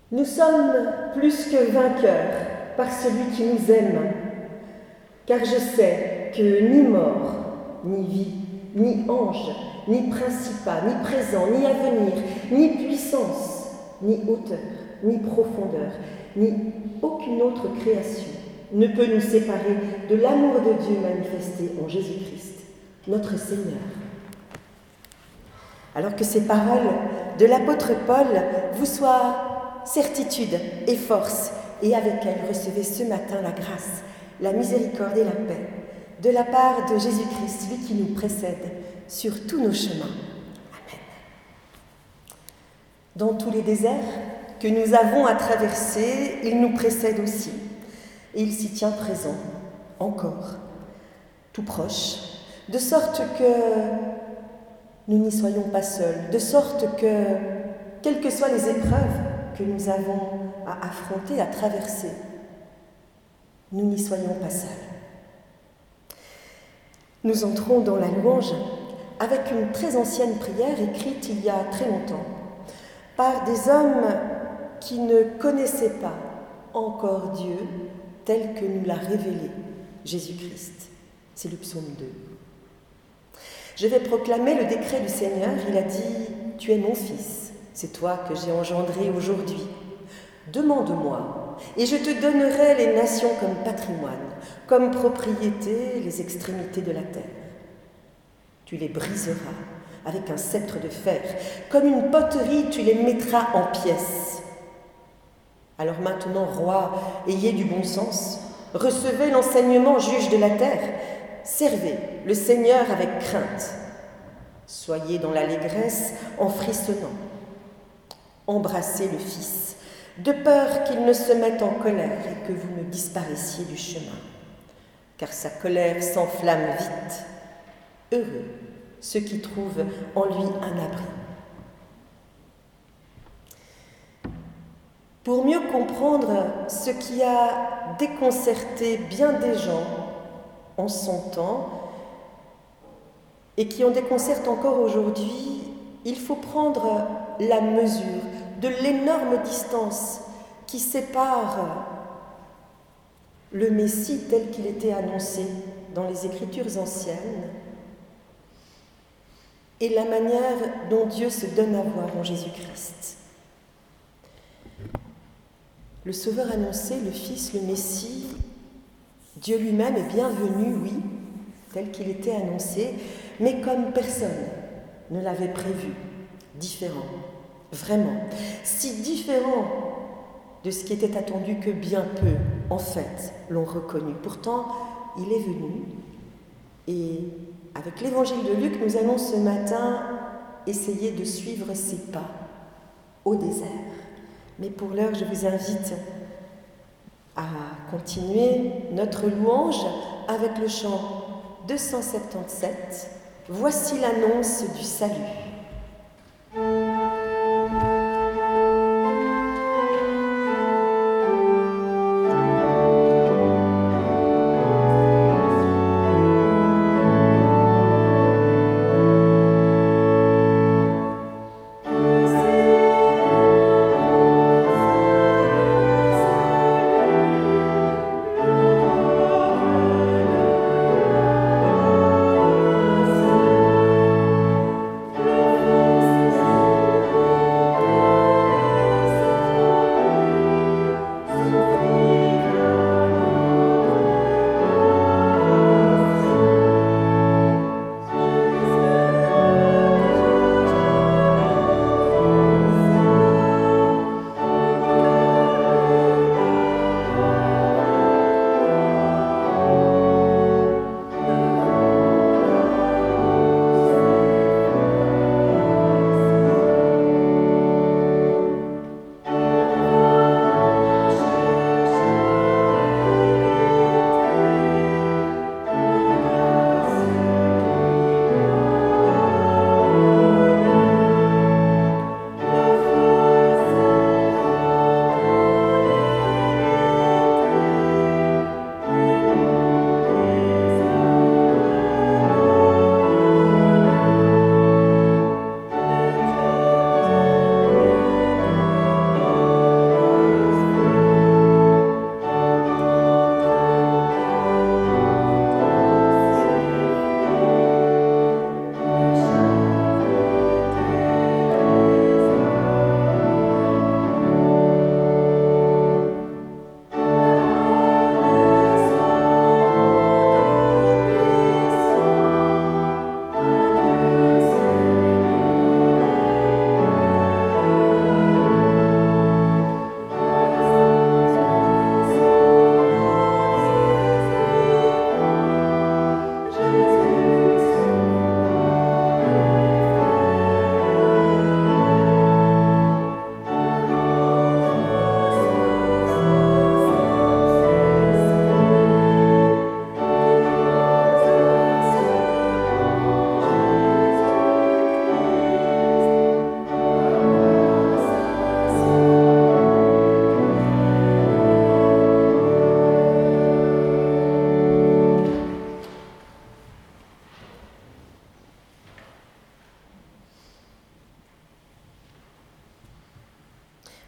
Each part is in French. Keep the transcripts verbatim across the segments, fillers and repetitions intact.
Nous sommes plus que vainqueurs par celui qui nous aime, car je sais que ni mort, ni vie, ni ange, ni principat, ni présent, ni avenir, ni puissance, ni hauteur, ni profondeur, ni aucune autre création ne peut nous séparer de l'amour de Dieu manifesté en Jésus-Christ, notre Seigneur. Alors que ces paroles de l'apôtre Paul vous soient certitude et force, et avec elles recevez ce matin la grâce, la miséricorde et la paix de la part de Jésus-Christ, celui qui nous précède sur tous nos chemins. Amen. Dans tous les déserts que nous avons à traverser, il nous précède aussi, et il s'y tient présent, encore, tout proche, de sorte que nous n'y soyons pas seuls, de sorte que, quelles que soient les épreuves que nous avons à affronter, à traverser, nous n'y soyons pas seuls. Nous entrons dans la louange avec une très ancienne prière écrite il y a très longtemps par des hommes qui ne connaissaient pas encore Dieu tel que nous l'a révélé Jésus-Christ. C'est le psaume deux. Je vais proclamer le décret du Seigneur. Il a dit « Tu es mon fils, c'est toi que j'ai engendré aujourd'hui. Demande-moi, et je te donnerai les nations comme patrimoine, comme propriété les extrémités de la terre. Tu les briseras avec un sceptre de fer, comme une poterie, tu les mettras en pièces. Alors maintenant, roi, ayez du bon sens, recevez l'enseignement juge de la terre, servez le Seigneur avec crainte. Soyez dans l'allégresse en frissonnant. Embrassez le Fils, de peur qu'il ne se mette en colère et que vous ne disparaissiez du chemin, car sa colère s'enflamme vite. Heureux ceux qui trouvent en lui un abri. Pour mieux comprendre ce qui a déconcerté bien des gens en son temps et qui en déconcerte encore aujourd'hui, il faut prendre la mesure de l'énorme distance qui sépare le Messie tel qu'il était annoncé dans les Écritures anciennes et la manière dont Dieu se donne à voir en Jésus-Christ. Le Sauveur annoncé, le Fils, le Messie, Dieu lui-même est bienvenu, oui, tel qu'il était annoncé, mais comme personne ne l'avait prévu, différent, vraiment, si différent de ce qui était attendu que bien peu, en fait, l'ont reconnu. Pourtant, il est venu, et avec l'évangile de Luc, nous allons ce matin essayer de suivre ses pas au désert. Mais pour l'heure, je vous invite à continuer notre louange avec le chant deux cent soixante-dix-sept. Voici l'annonce du salut. Thank you.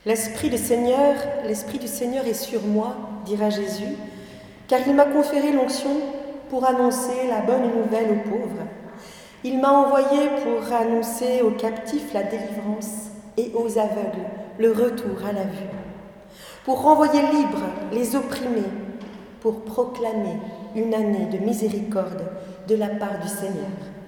L'Esprit du Seigneur, l'Esprit du Seigneur est sur moi, dira Jésus, car il m'a conféré l'onction pour annoncer la bonne nouvelle aux pauvres. Il m'a envoyé pour annoncer aux captifs la délivrance et aux aveugles le retour à la vue, pour renvoyer libres les opprimés, pour proclamer une année de miséricorde de la part du Seigneur.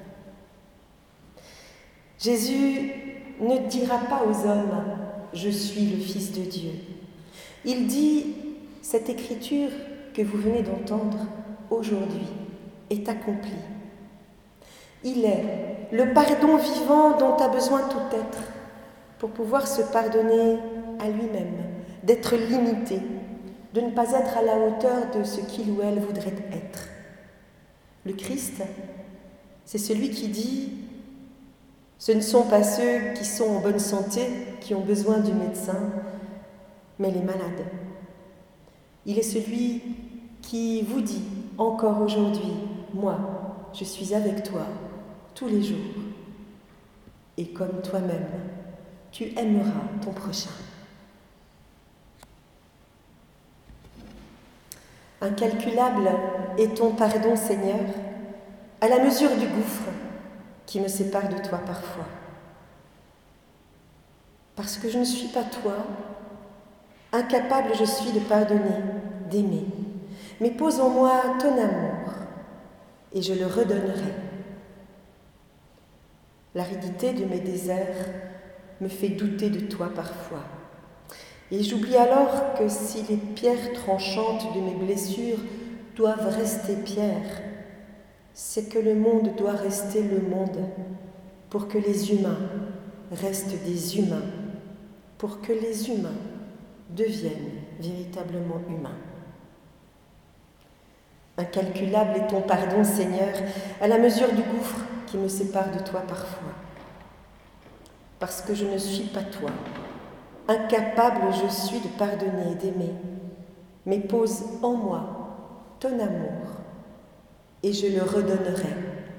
Jésus ne dira pas aux hommes « Je suis le Fils de Dieu ». Il dit « Cette écriture que vous venez d'entendre aujourd'hui est accomplie ». Il est le pardon vivant dont a besoin tout être pour pouvoir se pardonner à lui-même, d'être limité, de ne pas être à la hauteur de ce qu'il ou elle voudrait être. Le Christ, c'est celui qui dit « Ce ne sont pas ceux qui sont en bonne santé qui ont besoin du médecin, mais les malades. » Il est celui qui vous dit encore aujourd'hui « Moi, je suis avec toi tous les jours. Et comme toi-même, tu aimeras ton prochain. » Incalculable est ton pardon, Seigneur, à la mesure du gouffre qui me sépare de toi parfois. Parce que je ne suis pas toi, incapable je suis de pardonner, d'aimer, mais pose en moi ton amour et je le redonnerai. L'aridité de mes déserts me fait douter de toi parfois. Et j'oublie alors que si les pierres tranchantes de mes blessures doivent rester pierres, c'est que le monde doit rester le monde pour que les humains restent des humains, pour que les humains deviennent véritablement humains. Incalculable est ton pardon, Seigneur, à la mesure du gouffre qui me sépare de toi parfois. Parce que je ne suis pas toi, incapable je suis de pardonner et d'aimer, mais pose en moi ton amour et je le redonnerai.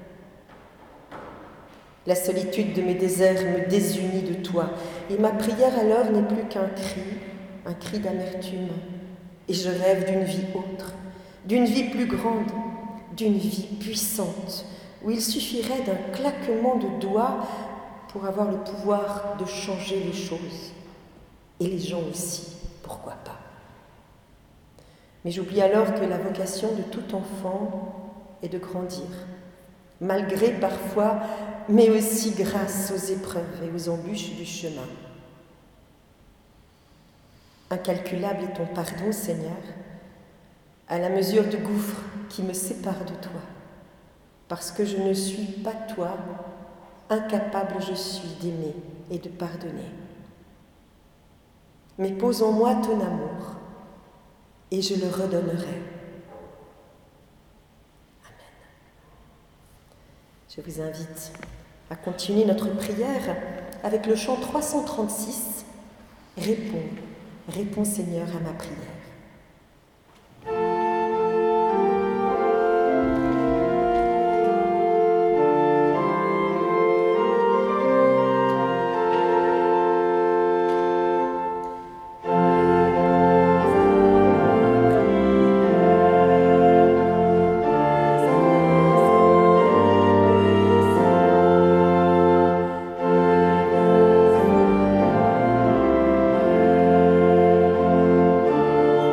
La solitude de mes déserts me désunit de toi, et ma prière alors n'est plus qu'un cri, un cri d'amertume, et je rêve d'une vie autre, d'une vie plus grande, d'une vie puissante, où il suffirait d'un claquement de doigts pour avoir le pouvoir de changer les choses, et les gens aussi, pourquoi pas. Mais j'oublie alors que la vocation de tout enfant est de grandir, malgré parfois, mais aussi grâce aux épreuves et aux embûches du chemin. Incalculable est ton pardon, Seigneur, à la mesure du gouffre qui me sépare de toi, parce que je ne suis pas toi, incapable je suis d'aimer et de pardonner. Mais pose en moi ton amour, et je le redonnerai. Amen. Je vous invite à continuer notre prière avec le chant trois cent trente-six. Réponds, réponds Seigneur à ma prière. Amen.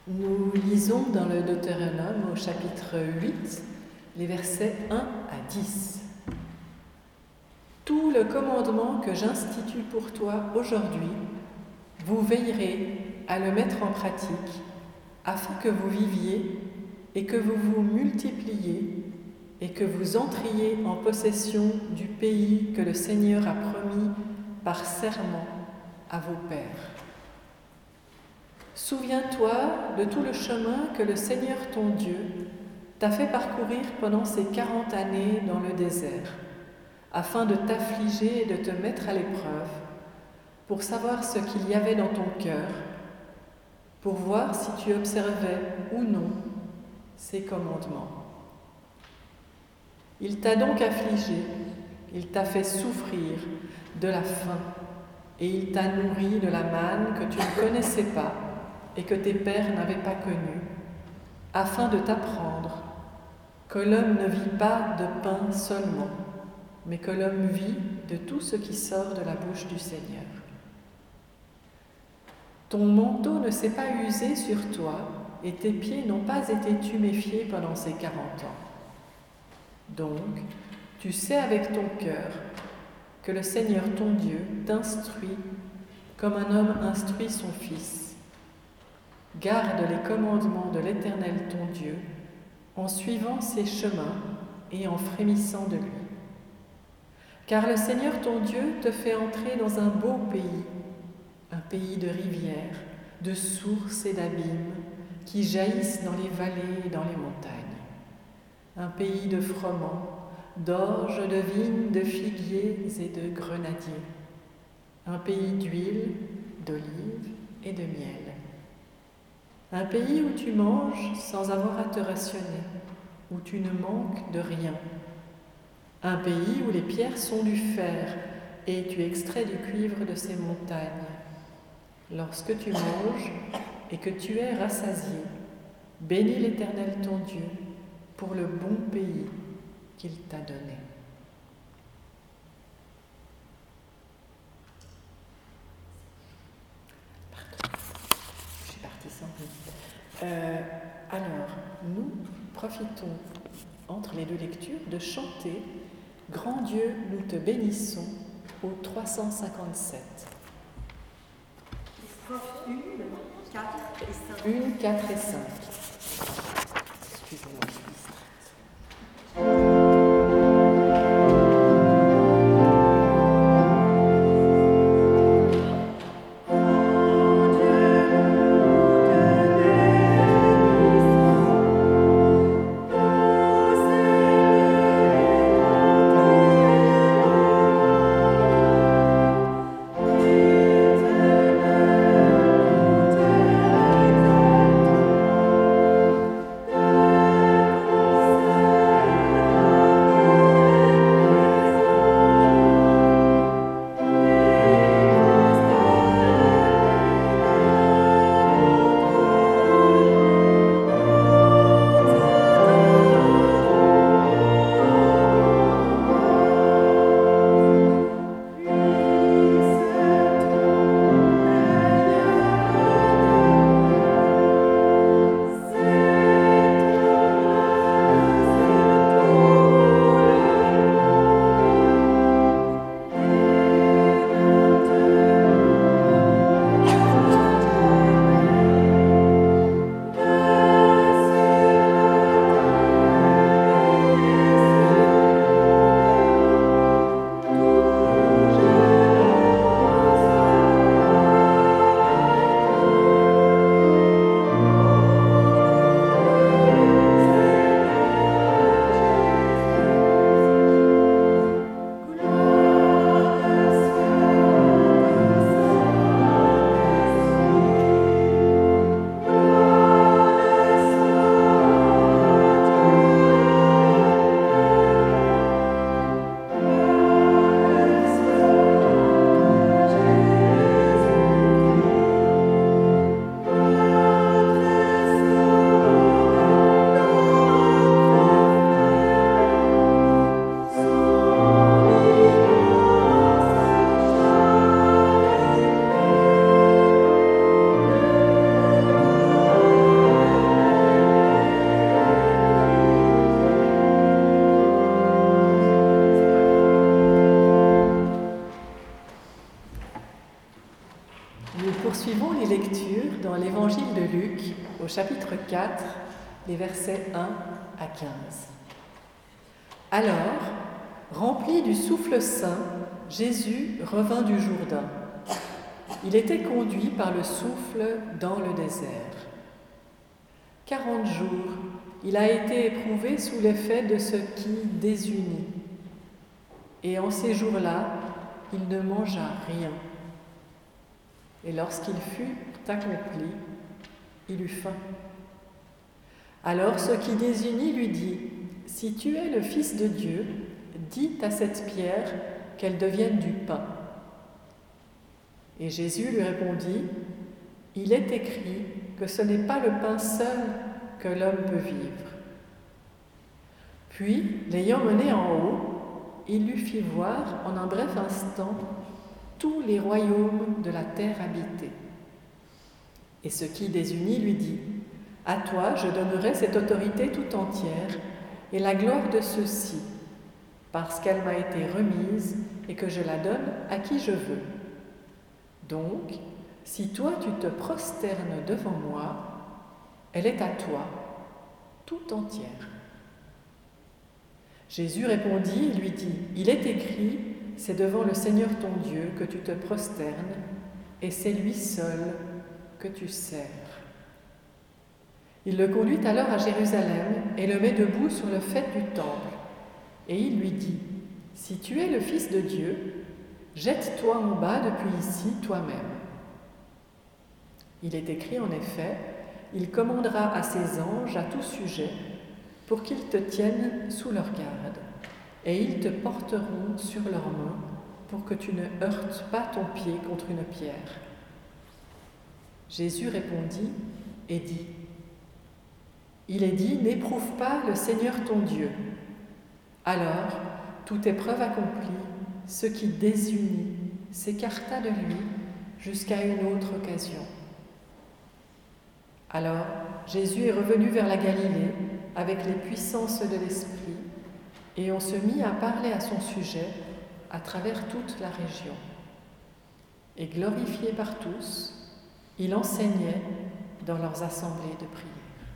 Nous lisons dans le Deutéronome au chapitre huit, les versets un à dix. Tout le commandement que j'institue pour toi aujourd'hui, vous veillerez à le mettre en pratique, afin que vous viviez et que vous vous multipliez et que vous entriez en possession du pays que le Seigneur a promis par serment à vos pères. Souviens-toi de tout le chemin que le Seigneur ton Dieu t'a fait parcourir pendant ces quarante années dans le désert, afin de t'affliger et de te mettre à l'épreuve, pour savoir ce qu'il y avait dans ton cœur, pour voir si tu observais ou non ses commandements. Il t'a donc affligé, il t'a fait souffrir de la faim, et il t'a nourri de la manne que tu ne connaissais pas et que tes pères n'avaient pas connue, afin de t'apprendre que l'homme ne vit pas de pain seulement, mais que l'homme vit de tout ce qui sort de la bouche du Seigneur. Ton manteau ne s'est pas usé sur toi, et tes pieds n'ont pas été tuméfiés pendant ces quarante ans. Donc, tu sais avec ton cœur que le Seigneur ton Dieu t'instruit comme un homme instruit son fils. Garde les commandements de l'Éternel ton Dieu en suivant ses chemins et en frémissant de lui. Car le Seigneur ton Dieu te fait entrer dans un beau pays, un pays de rivières, de sources et d'abîmes qui jaillissent dans les vallées et dans les montagnes. Un pays de froment, d'orge, de vignes, de figuiers et de grenadiers. Un pays d'huile, d'olives et de miel. Un pays où tu manges sans avoir à te rationner, où tu ne manques de rien. Un pays où les pierres sont du fer et tu extrais du cuivre de ces montagnes. Lorsque tu manges et que tu es rassasié, bénis l'Éternel ton Dieu pour le bon pays qu'il t'a donné. Pardon, je suis partie sans plus. Euh, alors, nous profitons, entre les deux lectures, de chanter « Grand Dieu, nous te bénissons » au trois cent cinquante-sept. Une, quatre et cinq. Une, quatre et cinq. Excusez-moi, je suis distraite. Thank Nous poursuivons les lectures dans l'Évangile de Luc, au chapitre quatre, les versets un à quinze. Alors, rempli du souffle saint, Jésus revint du Jourdain. Il était conduit par le souffle dans le désert. Quarante jours, il a été éprouvé sous l'effet de ce qui désunit. Et en ces jours-là, il ne mangea rien. Et lorsqu'il fut accompli, il eut faim. Alors ce qui désunit lui dit : « Si tu es le Fils de Dieu, dis à cette pierre qu'elle devienne du pain. » Et Jésus lui répondit : « Il est écrit que ce n'est pas le pain seul que l'homme peut vivre. » Puis, l'ayant mené en haut, il lui fit voir en un bref instant tous les royaumes de la terre habités. Et ce qui désunit lui dit : « À toi je donnerai cette autorité tout entière et la gloire de ceux-ci, parce qu'elle m'a été remise et que je la donne à qui je veux. Donc, si toi tu te prosternes devant moi, elle est à toi, tout entière. » Jésus répondit et lui dit : « Il est écrit, c'est devant le Seigneur ton Dieu que tu te prosternes, et c'est lui seul que tu sers. » Il le conduit alors à Jérusalem et le met debout sur le faîte du temple. Et il lui dit : « Si tu es le Fils de Dieu, jette-toi en bas depuis ici toi-même. Il est écrit en effet, il commandera à ses anges à tout sujet pour qu'ils te tiennent sous leur garde, et ils te porteront sur leurs mains pour que tu ne heurtes pas ton pied contre une pierre. » Jésus répondit et dit : « Il est dit, n'éprouve pas le Seigneur ton Dieu. » Alors, toute épreuve accomplie, ce qui désunit s'écarta de lui jusqu'à une autre occasion. Alors, Jésus est revenu vers la Galilée avec les puissances de l'Esprit, et on se mit à parler à son sujet à travers toute la région. Et glorifié par tous, il enseignait dans leurs assemblées de prière.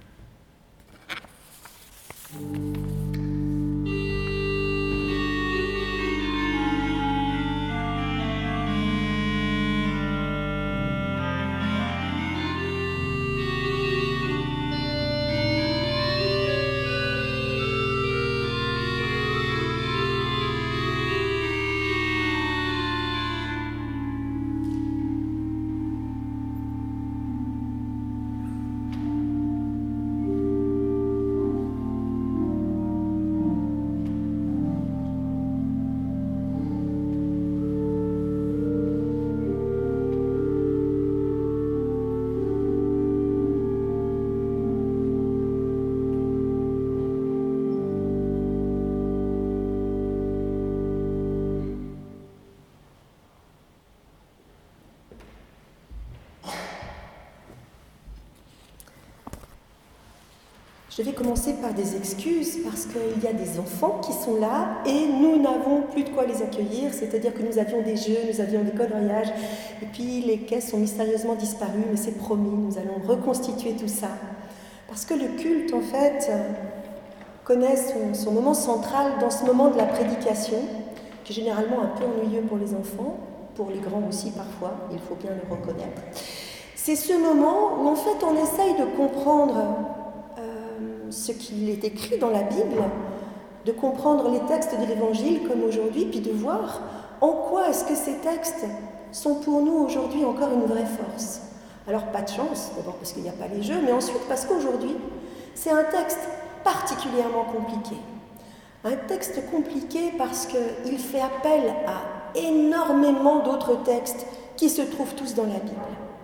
Je vais commencer par des excuses parce qu'il y a des enfants qui sont là et nous n'avons plus de quoi les accueillir, c'est-à-dire que nous avions des jeux, nous avions des coloriages et puis les caisses ont mystérieusement disparu, mais c'est promis, nous allons reconstituer tout ça. Parce que le culte, en fait, connaît son, son moment central dans ce moment de la prédication, qui est généralement un peu ennuyeux pour les enfants, pour les grands aussi parfois, il faut bien le reconnaître. C'est ce moment où en fait on essaye de comprendre ce qu'il est écrit dans la Bible, de comprendre les textes de l'Évangile comme aujourd'hui, puis de voir en quoi est-ce que ces textes sont pour nous aujourd'hui encore une vraie force. Alors pas de chance, d'abord parce qu'il n'y a pas les jeux, mais ensuite parce qu'aujourd'hui, c'est un texte particulièrement compliqué. Un texte compliqué parce qu'il fait appel à énormément d'autres textes qui se trouvent tous dans la Bible.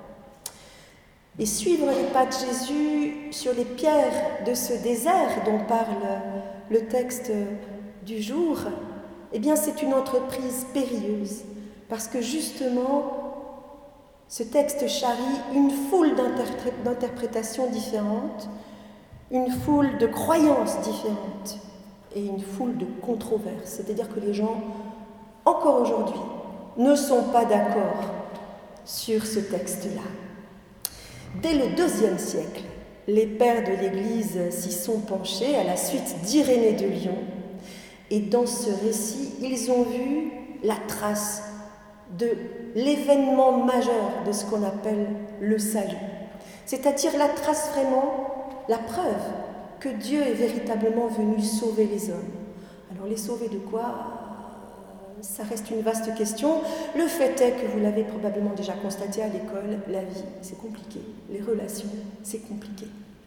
Et suivre les pas de Jésus sur les pierres de ce désert dont parle le texte du jour, eh bien c'est une entreprise périlleuse, parce que justement, ce texte charrie une foule d'interpré- d'interprétations différentes, une foule de croyances différentes et une foule de controverses. C'est-à-dire que les gens, encore aujourd'hui, ne sont pas d'accord sur ce texte-là. Dès le deuxième siècle, les pères de l'Église s'y sont penchés à la suite d'Irénée de Lyon, et dans ce récit, ils ont vu la trace de l'événement majeur de ce qu'on appelle le salut. C'est-à-dire la trace vraiment, la preuve que Dieu est véritablement venu sauver les hommes. Alors les sauver de quoi ? Ça reste une vaste question. Le fait est que vous l'avez probablement déjà constaté à l'école, la vie, c'est compliqué. Les relations, c'est compliqué.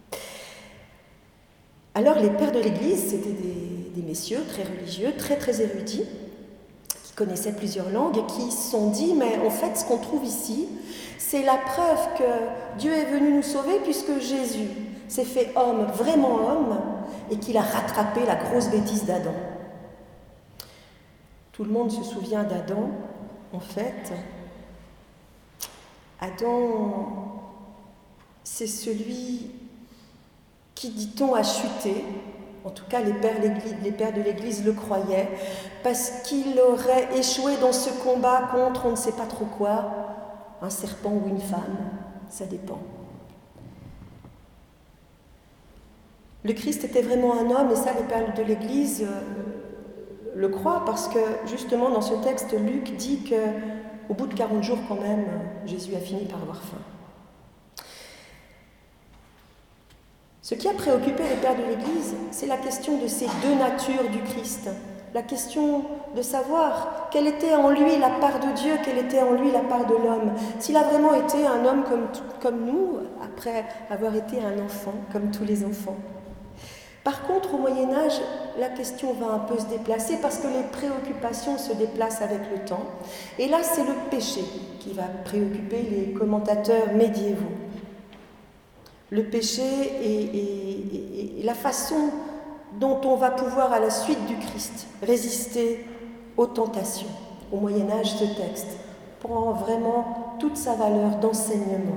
Alors les pères de l'Église, c'était des, des messieurs très religieux, très très érudits, qui connaissaient plusieurs langues et qui se sont dit, mais en fait ce qu'on trouve ici, c'est la preuve que Dieu est venu nous sauver puisque Jésus s'est fait homme, vraiment homme, et qu'il a rattrapé la grosse bêtise d'Adam. Tout le monde se souvient d'Adam, en fait. Adam, c'est celui qui, dit-on, a chuté. En tout cas, les pères, les pères de l'Église le croyaient, parce qu'il aurait échoué dans ce combat contre on ne sait pas trop quoi, un serpent ou une femme, ça dépend. Le Christ était vraiment un homme, et ça, les pères de l'Église euh, le croient, parce que, justement, dans ce texte, Luc dit qu'au bout de quarante jours, quand même, Jésus a fini par avoir faim. Ce qui a préoccupé les pères de l'Église, c'est la question de ces deux natures du Christ. La question de savoir quelle était en lui la part de Dieu, quelle était en lui la part de l'homme. S'il a vraiment été un homme comme, comme nous, après avoir été un enfant, comme tous les enfants. Par contre, au Moyen-Âge, la question va un peu se déplacer parce que les préoccupations se déplacent avec le temps. Et là, c'est le péché qui va préoccuper les commentateurs médiévaux. Le péché et, et, et, et la façon dont on va pouvoir, à la suite du Christ, résister aux tentations. Au Moyen-Âge, ce texte prend vraiment toute sa valeur d'enseignement.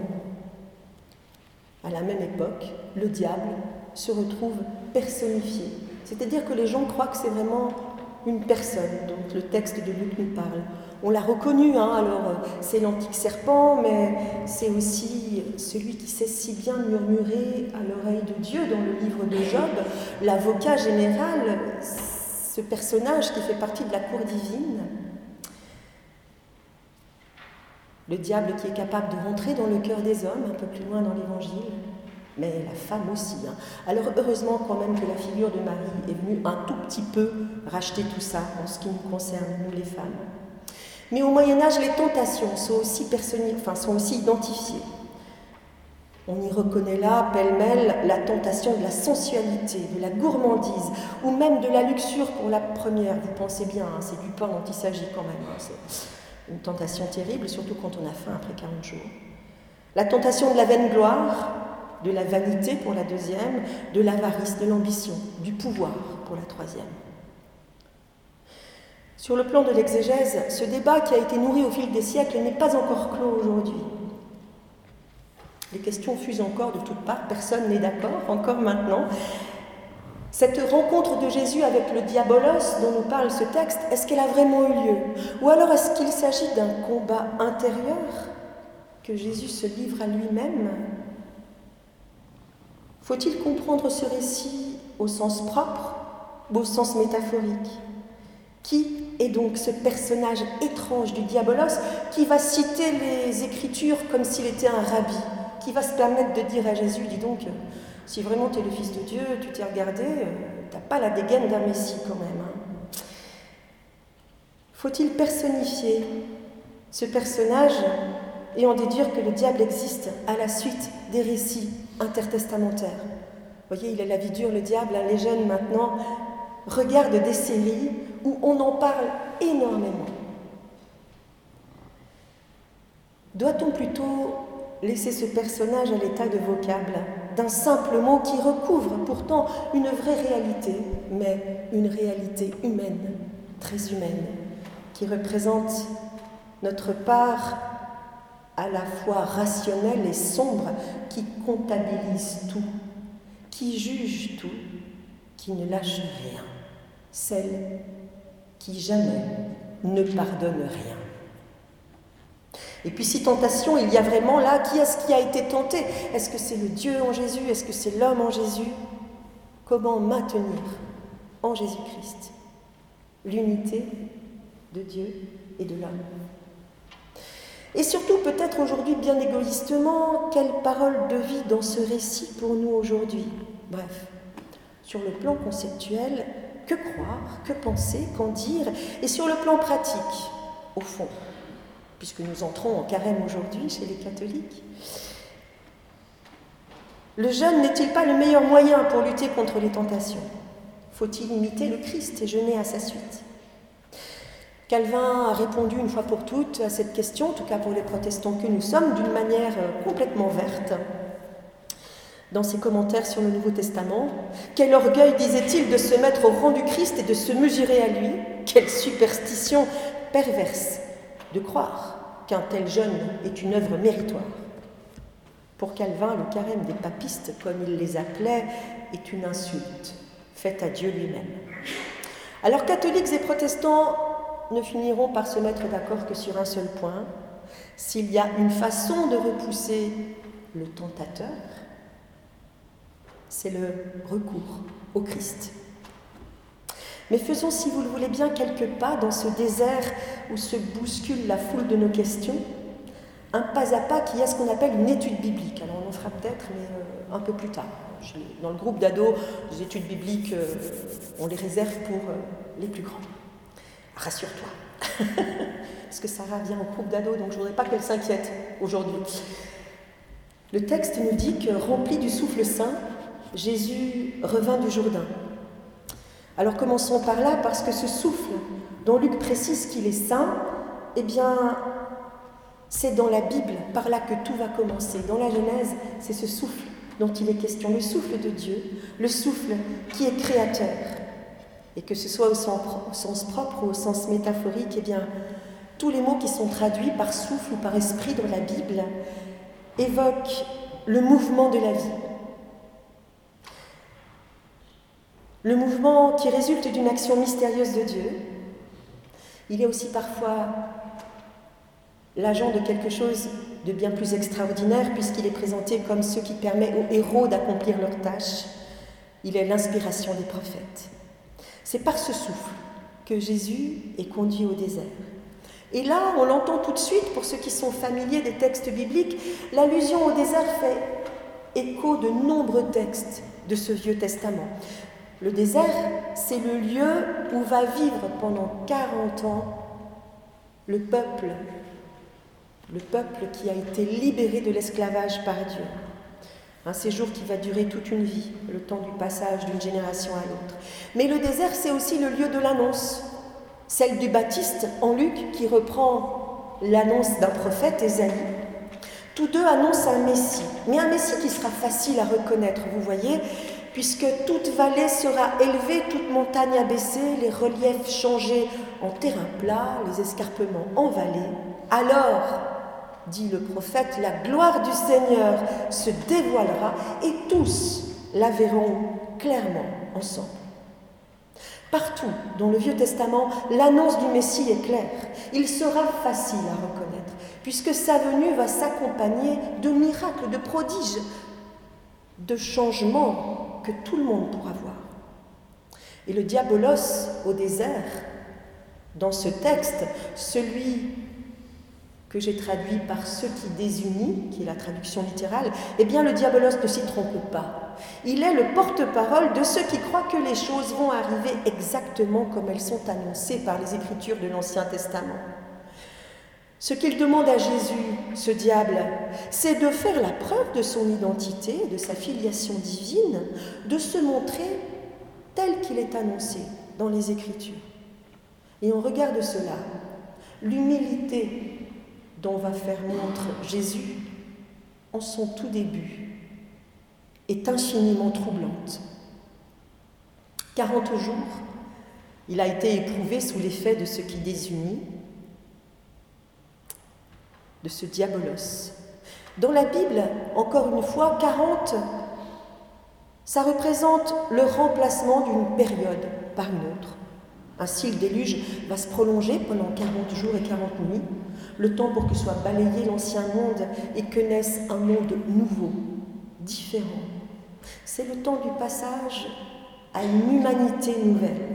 À la même époque, le diable se retrouve personnifié. C'est-à-dire que les gens croient que c'est vraiment une personne dont le texte de Luc nous parle. On l'a reconnu, hein, alors c'est l'antique serpent, mais c'est aussi celui qui sait si bien murmurer à l'oreille de Dieu dans le livre de Job, l'avocat général, ce personnage qui fait partie de la cour divine. Le diable qui est capable de rentrer dans le cœur des hommes, un peu plus loin dans l'Évangile, mais la femme aussi. Hein. Alors heureusement quand même que la figure de Marie est venue un tout petit peu racheter tout ça en ce qui nous concerne, nous les femmes. Mais au Moyen-Âge, les tentations sont aussi, personnifiées, enfin, sont aussi identifiées. On y reconnaît là, pêle-mêle, la tentation de la sensualité, de la gourmandise, ou même de la luxure pour la première. Vous pensez bien, hein, c'est du pain dont il s'agit quand même. Hein, c'est une tentation terrible, surtout quand on a faim après quarante jours. La tentation de la vaine gloire, de la vanité pour la deuxième, de l'avarice, de l'ambition, du pouvoir pour la troisième. Sur le plan de l'exégèse, ce débat qui a été nourri au fil des siècles n'est pas encore clos aujourd'hui. Les questions fusent encore de toutes parts, personne n'est d'accord, encore maintenant. Cette rencontre de Jésus avec le diabolos dont nous parle ce texte, est-ce qu'elle a vraiment eu lieu? Ou alors est-ce qu'il s'agit d'un combat intérieur que Jésus se livre à lui-même? Faut-il comprendre ce récit au sens propre ou au sens métaphorique? Qui est donc ce personnage étrange du diabolos qui va citer les Écritures comme s'il était un rabbi, qui va se permettre de dire à Jésus, dis donc, si vraiment tu es le Fils de Dieu, tu t'es regardé, tu n'as pas la dégaine d'un Messie quand même. Hein. Faut-il personnifier ce personnage et en déduire que le diable existe à la suite des récits intertestamentaires? Vous voyez, il a la vie dure, le diable, hein, les jeunes maintenant regardent des séries où on en parle énormément. Doit-on plutôt laisser ce personnage à l'état de vocable, d'un simple mot qui recouvre pourtant une vraie réalité, mais une réalité humaine, très humaine, qui représente notre part à la fois rationnelle et sombre, qui comptabilise tout, qui juge tout, qui ne lâche rien, celle qui jamais ne pardonne rien. Et puis si tentation il y a vraiment là, qui est-ce qui a été tenté? Est-ce que c'est le Dieu en Jésus? Est-ce que c'est l'homme en Jésus? Comment maintenir en Jésus-Christ l'unité de Dieu et de l'homme? Et surtout, peut-être aujourd'hui, bien égoïstement, quelle parole de vie dans ce récit pour nous aujourd'hui? Bref, sur le plan conceptuel, que croire, que penser, qu'en dire? Et sur le plan pratique, au fond, puisque nous entrons en carême aujourd'hui chez les catholiques, le jeûne n'est-il pas le meilleur moyen pour lutter contre les tentations? Faut-il imiter le Christ et jeûner à sa suite? Calvin a répondu une fois pour toutes à cette question, en tout cas pour les protestants que nous sommes, d'une manière complètement verte. Dans ses commentaires sur le Nouveau Testament, « Quel orgueil, disait-il, de se mettre au rang du Christ et de se mesurer à lui! Quelle superstition perverse de croire qu'un tel jeûne est une œuvre méritoire !» Pour Calvin, le carême des papistes, comme il les appelait, est une insulte faite à Dieu lui-même. Alors catholiques et protestants ne finiront par se mettre d'accord que sur un seul point: s'il y a une façon de repousser le tentateur, c'est le recours au Christ. Mais faisons, si vous le voulez bien, quelques pas dans ce désert où se bouscule la foule de nos questions, un pas à pas qui est ce qu'on appelle une étude biblique. Alors on en fera peut-être, mais euh, un peu plus tard. Dans le groupe d'ados, les études bibliques, euh, on les réserve pour euh, les plus grands. Rassure-toi, parce que Sarah vient au groupe d'ados, donc je ne voudrais pas qu'elle s'inquiète aujourd'hui. Le texte nous dit que, rempli du souffle saint, Jésus revint du Jourdain. Alors commençons par là, parce que ce souffle, dont Luc précise qu'il est saint, eh bien, c'est dans la Bible, par là que tout va commencer. Dans la Genèse, c'est ce souffle dont il est question, le souffle de Dieu, le souffle qui est créateur. Et que ce soit au sens propre ou au sens métaphorique, eh bien, tous les mots qui sont traduits par souffle ou par esprit dans la Bible évoquent le mouvement de la vie. Le mouvement qui résulte d'une action mystérieuse de Dieu. Il est aussi parfois l'agent de quelque chose de bien plus extraordinaire, puisqu'il est présenté comme ce qui permet aux héros d'accomplir leurs tâches. Il est l'inspiration des prophètes. C'est par ce souffle que Jésus est conduit au désert. Et là, on l'entend tout de suite, pour ceux qui sont familiers des textes bibliques, l'allusion au désert fait écho de nombreux textes de ce Vieux Testament. Le désert, c'est le lieu où va vivre pendant quarante ans le peuple, le peuple qui a été libéré de l'esclavage par Dieu. Un séjour qui va durer toute une vie, le temps du passage d'une génération à l'autre. Mais le désert, c'est aussi le lieu de l'annonce, celle du Baptiste en Luc, qui reprend l'annonce d'un prophète, Ésaïe. Tous deux annoncent un Messie, mais un Messie qui sera facile à reconnaître, vous voyez, puisque toute vallée sera élevée, toute montagne abaissée, les reliefs changés en terrain plat, les escarpements en vallée. Alors, dit le prophète, la gloire du Seigneur se dévoilera et tous la verront clairement ensemble. Partout dans le Vieux Testament, l'annonce du Messie est claire. Il sera facile à reconnaître, puisque sa venue va s'accompagner de miracles, de prodiges, de changements que tout le monde pourra voir. Et le diabolos au désert, dans ce texte, celui que j'ai traduit par ceux qui désunit, qui est la traduction littérale, eh bien le diabolos ne s'y trompe pas. Il est le porte-parole de ceux qui croient que les choses vont arriver exactement comme elles sont annoncées par les Écritures de l'Ancien Testament. Ce qu'il demande à Jésus, ce diable, c'est de faire la preuve de son identité, de sa filiation divine, de se montrer tel qu'il est annoncé dans les Écritures. Et on regarde cela, l'humilité dont va faire montre Jésus en son tout début est infiniment troublante. Quarante jours, il a été éprouvé sous l'effet de ce qui désunit, de ce diabolos. Dans la Bible, encore une fois, quarante, ça représente le remplacement d'une période par une autre. Ainsi, le déluge va se prolonger pendant quarante jours et quarante nuits, le temps pour que soit balayé l'ancien monde et que naisse un monde nouveau, différent. C'est le temps du passage à une humanité nouvelle.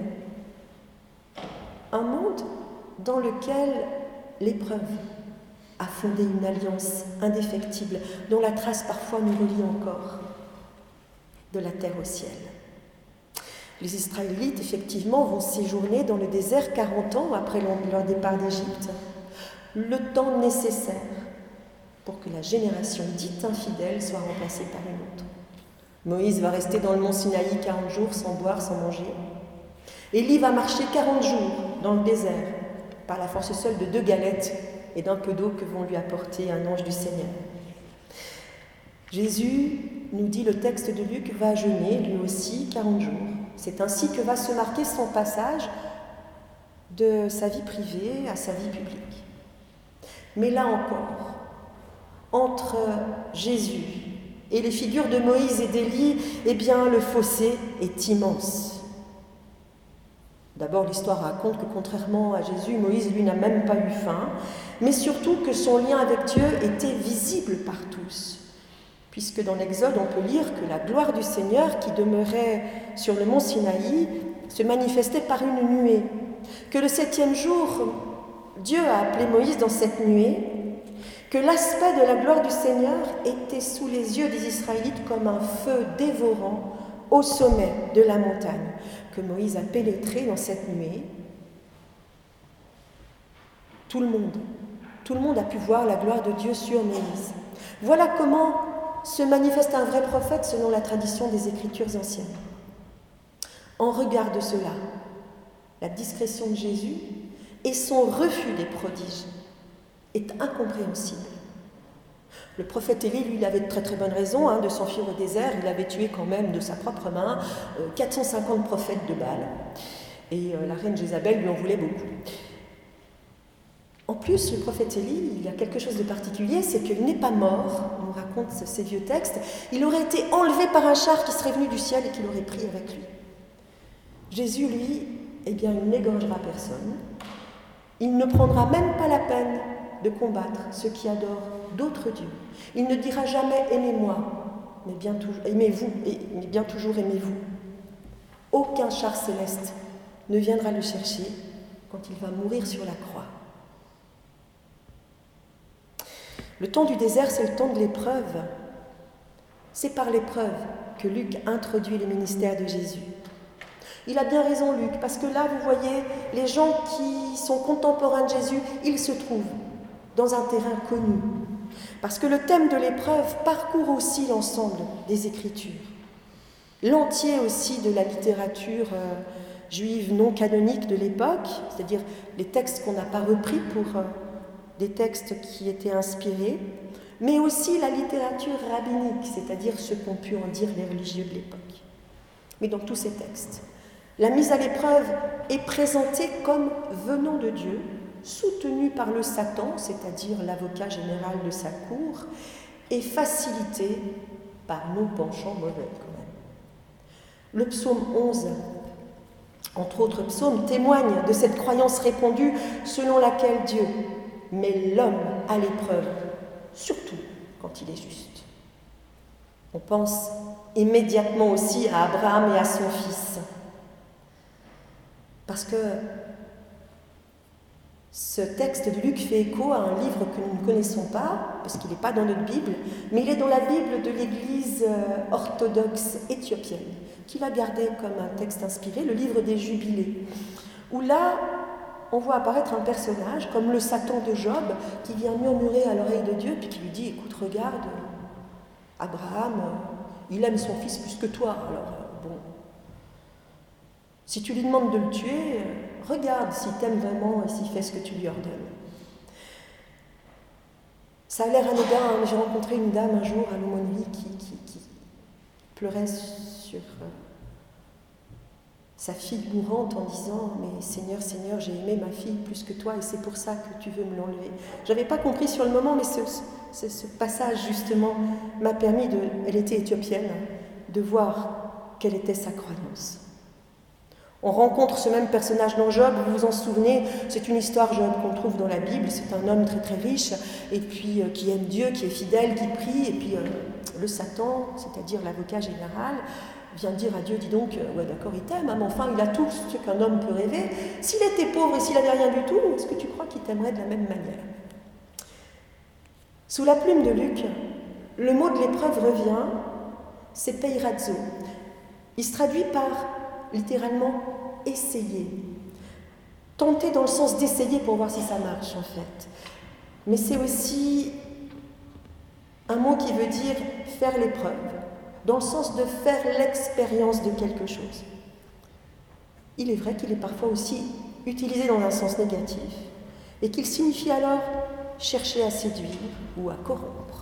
Un monde dans lequel l'épreuve a fondé une alliance indéfectible, dont la trace parfois nous relie encore, de la terre au ciel. Les Israélites, effectivement, vont séjourner dans le désert quarante ans après leur départ d'Égypte, le temps nécessaire pour que la génération dite infidèle soit remplacée par une autre. Moïse va rester dans le mont Sinaï quarante jours sans boire, sans manger. Élie va marcher quarante jours dans le désert par la force seule de deux galettes et d'un peu d'eau que vont lui apporter un ange du Seigneur. Jésus, nous dit le texte de Luc, va jeûner lui aussi quarante jours. C'est ainsi que va se marquer son passage de sa vie privée à sa vie publique. Mais là encore, entre Jésus et les figures de Moïse et d'Élie, eh bien, le fossé est immense. D'abord, l'histoire raconte que contrairement à Jésus, Moïse, lui, n'a même pas eu faim, mais surtout que son lien avec Dieu était visible par tous. Puisque dans l'Exode, on peut lire que la gloire du Seigneur qui demeurait sur le mont Sinaï se manifestait par une nuée. Que le septième jour, Dieu a appelé Moïse dans cette nuée, que l'aspect de la gloire du Seigneur était sous les yeux des Israélites comme un feu dévorant au sommet de la montagne, que Moïse a pénétré dans cette nuée. Tout le monde, tout le monde a pu voir la gloire de Dieu sur Moïse. Voilà comment se manifeste un vrai prophète selon la tradition des Écritures anciennes. En regard de cela, la discrétion de Jésus et son refus des prodiges est incompréhensible. Le prophète Élie, lui, il avait de très très bonnes raisons hein, de s'enfuir au désert. Il avait tué quand même de sa propre main euh, quatre cent cinquante prophètes de Baal. Et euh, la reine Jézabel lui en voulait beaucoup. En plus, le prophète Élie, il y a quelque chose de particulier, c'est qu'il n'est pas mort, on nous raconte ces vieux textes, il aurait été enlevé par un char qui serait venu du ciel et qui l'aurait pris avec lui. Jésus, lui, eh bien, il n'égorgera personne. Il ne prendra même pas la peine de combattre ceux qui adorent d'autres dieux. Il ne dira jamais « aimez-moi », mais bien toujours, aimez-vous, mais bien toujours aimez-vous. Aucun char céleste ne viendra le chercher quand il va mourir sur la croix. Le temps du désert, c'est le temps de l'épreuve. C'est par l'épreuve que Luc introduit le ministère de Jésus. Il a bien raison, Luc, parce que là, vous voyez, les gens qui sont contemporains de Jésus, ils se trouvent dans un terrain connu. Parce que le thème de l'épreuve parcourt aussi l'ensemble des Écritures. L'entier aussi de la littérature euh, juive non canonique de l'époque, c'est-à-dire les textes qu'on n'a pas repris pour euh, des textes qui étaient inspirés, mais aussi la littérature rabbinique, c'est-à-dire ce qu'ont pu en dire les religieux de l'époque. Mais dans tous ces textes, la mise à l'épreuve est présentée comme venant de Dieu, soutenue par le Satan, c'est-à-dire l'avocat général de sa cour, et facilitée par nos penchants mauvais quand même. Le psaume onze, entre autres psaumes, témoigne de cette croyance répandue selon laquelle Dieu met l'homme à l'épreuve, surtout quand il est juste. On pense immédiatement aussi à Abraham et à son fils. Parce que ce texte de Luc fait écho à un livre que nous ne connaissons pas, parce qu'il n'est pas dans notre Bible, mais il est dans la Bible de l'Église orthodoxe éthiopienne, qui l'a gardé comme un texte inspiré, le livre des Jubilés, où là, on voit apparaître un personnage, comme le Satan de Job, qui vient murmurer à l'oreille de Dieu, puis qui lui dit « Écoute, regarde, Abraham, il aime son fils plus que toi, alors bon, si tu lui demandes de le tuer, regarde s'il t'aime vraiment et s'il fait ce que tu lui ordonnes. » Ça a l'air anodin, hein. J'ai rencontré une dame un jour à l'aumônerie qui, qui, qui pleurait sur euh, sa fille mourante en disant « Mais Seigneur, Seigneur, j'ai aimé ma fille plus que toi et c'est pour ça que tu veux me l'enlever. » Je n'avais pas compris sur le moment, mais ce, ce, ce passage justement m'a permis, de, elle était éthiopienne, de voir quelle était sa croyance. On rencontre ce même personnage dans Job, vous vous en souvenez, c'est une histoire Job qu'on trouve dans la Bible, c'est un homme très très riche, et puis euh, qui aime Dieu, qui est fidèle, qui prie, et puis euh, le Satan, c'est-à-dire l'avocat général, vient dire à Dieu, dis donc, euh, ouais d'accord il t'aime, mais enfin il a tout ce qu'un homme peut rêver, s'il était pauvre et s'il n'avait rien du tout, est-ce que tu crois qu'il t'aimerait de la même manière? Sous la plume de Luc, le mot de l'épreuve revient, c'est peirazo. Il se traduit par littéralement essayer. Tenter dans le sens d'essayer pour voir si ça marche en fait. Mais c'est aussi un mot qui veut dire faire l'épreuve, dans le sens de faire l'expérience de quelque chose. Il est vrai qu'il est parfois aussi utilisé dans un sens négatif et qu'il signifie alors chercher à séduire ou à corrompre.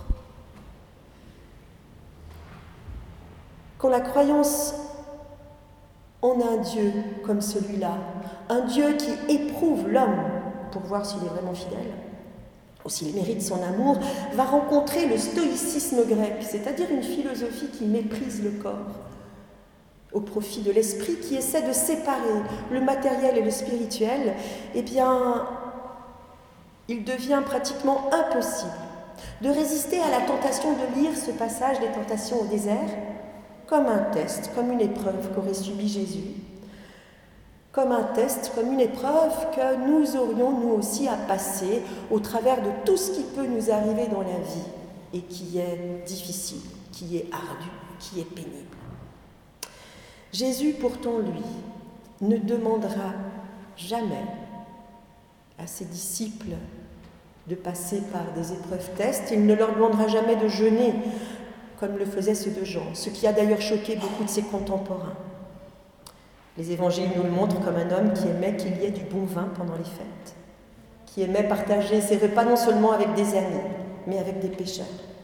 Quand la croyance en un Dieu comme celui-là, un Dieu qui éprouve l'homme pour voir s'il est vraiment fidèle, ou s'il mérite son amour, va rencontrer le stoïcisme grec, c'est-à-dire une philosophie qui méprise le corps, au profit de l'esprit, qui essaie de séparer le matériel et le spirituel, eh bien, il devient pratiquement impossible de résister à la tentation de lire ce passage des tentations au désert comme un test, comme une épreuve qu'aurait subi Jésus, comme un test, comme une épreuve que nous aurions nous aussi à passer au travers de tout ce qui peut nous arriver dans la vie et qui est difficile, qui est ardu, qui est pénible. Jésus, pourtant, lui, ne demandera jamais à ses disciples de passer par des épreuves tests, il ne leur demandera jamais de jeûner, comme le faisaient ceux de Jean, ce qui a d'ailleurs choqué beaucoup de ses contemporains. Les évangiles nous le montrent comme un homme qui aimait qu'il y ait du bon vin pendant les fêtes, qui aimait partager ses repas non seulement avec des amis, mais avec des pécheurs.